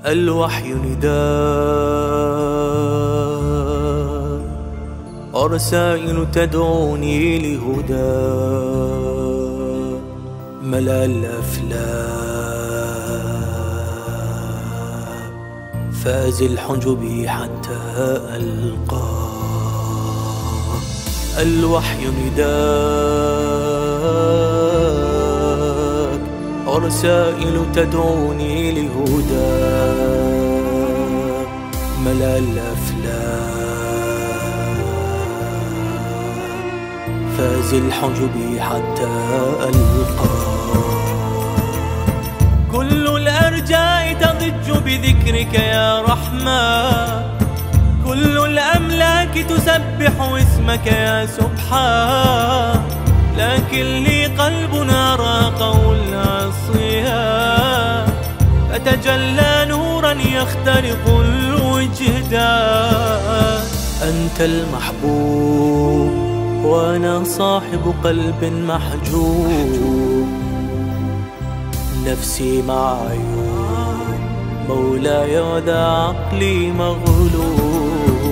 الوحي نداء، ورسائل تدعوني لهدى، ملأ الأفلاك فازل حجبي حتى ألقاه. الوحي نداء، ورسائل تدعوني لهدى، ملأ الأفلاك فازل حجبي حتى ألقاه. كل الأرجاء تضج بذكرك يا رحمن، كل الأملاك تسبح اسمك يا سبحان، لكن لي قلب أراقه العصيان، فتجلى نورا يخترق الوجدان. أنت المحبوب وأنا صاحب قلب محجوب، نفسي مع عيون مولاي وذا عقلي مغلوب.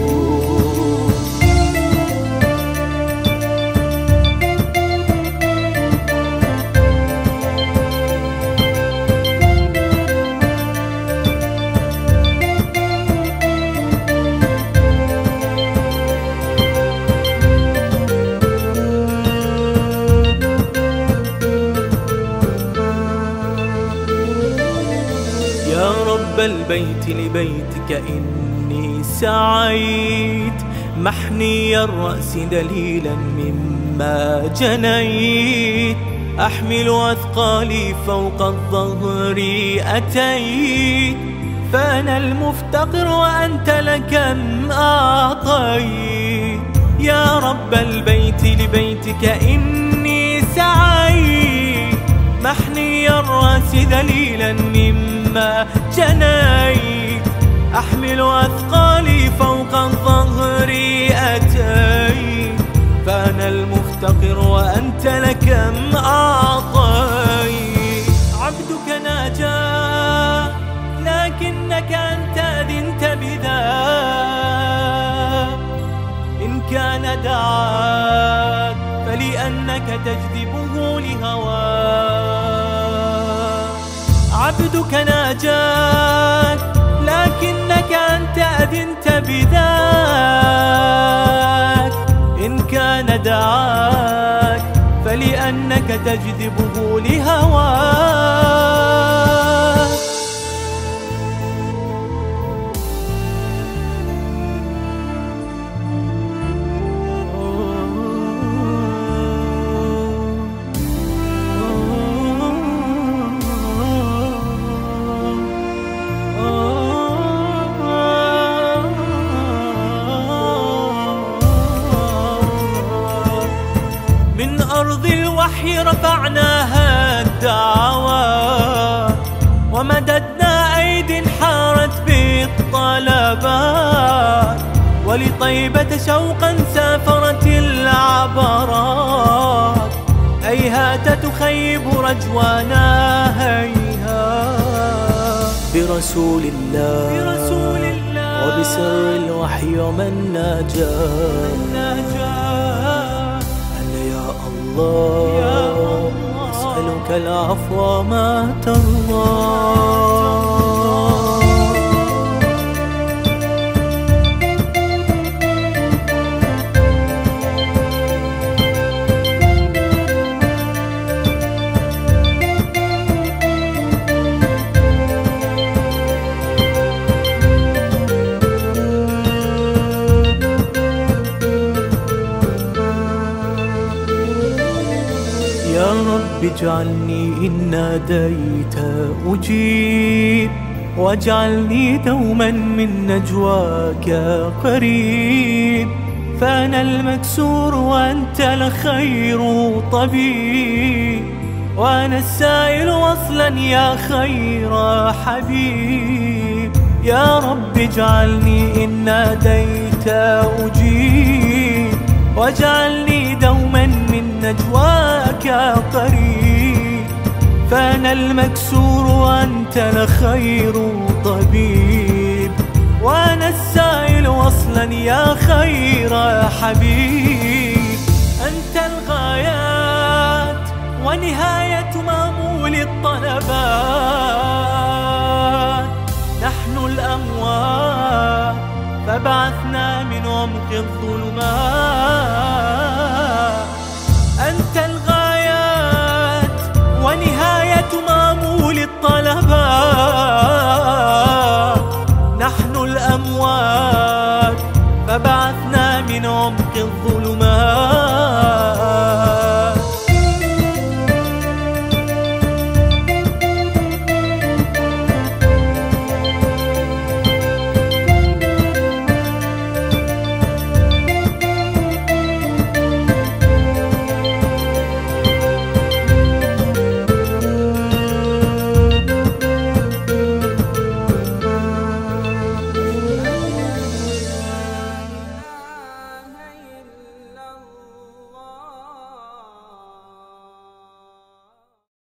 يا رب البيت لبيتك إني سعيت، محني الرأس دليلا مما جنيت، أحمل أثقالي فوق الظهر أتيت، فأنا المفتقر وأنت لكم أعطيت. يا رب البيت لبيتك إني سعيت، محني الرأس ذليلا مما جنيت، أحمل أثقالي فوق الظهر أتيت، فأنا المفتقر وأنت لكم أعطيت. عبدك ناجى لكنك أنت أذنت بذاك، إن كان دعاك فلأنك تجذبه لهواك. عبدك ناجاك لكنك أنت أذنت بذاك، إن كان دعاك فلأنك تجذبه لهواك. من أرض الوحي رفعناها الدعوات، ومددنا أيد حارت بالطلبات، ولطيبة شوقا سافرت العبرات، هيهات تخيب رجوانا هيهات. برسول الله وبسر الوحي ومن ناجاه، الله أسألك العفو ما ترضى. يا رب اجعلني إن ناديت أجيب، واجعلني دوما من نجواك قريب، فأنا المكسور وأنت الخير طبيب، وأنا السائل وصلا يا خير حبيب. يا رب اجعلني إن ناديت أجيب، واجعلني دوما من نجواك قريب، فأنا المكسور وأنت لخير طبيب، وأنا السائل وصلا يا خير حبيب. أنت الغايات ونهاية مأمول الطلبات، نحن الأموات فبعثنا من عمق الظلمات.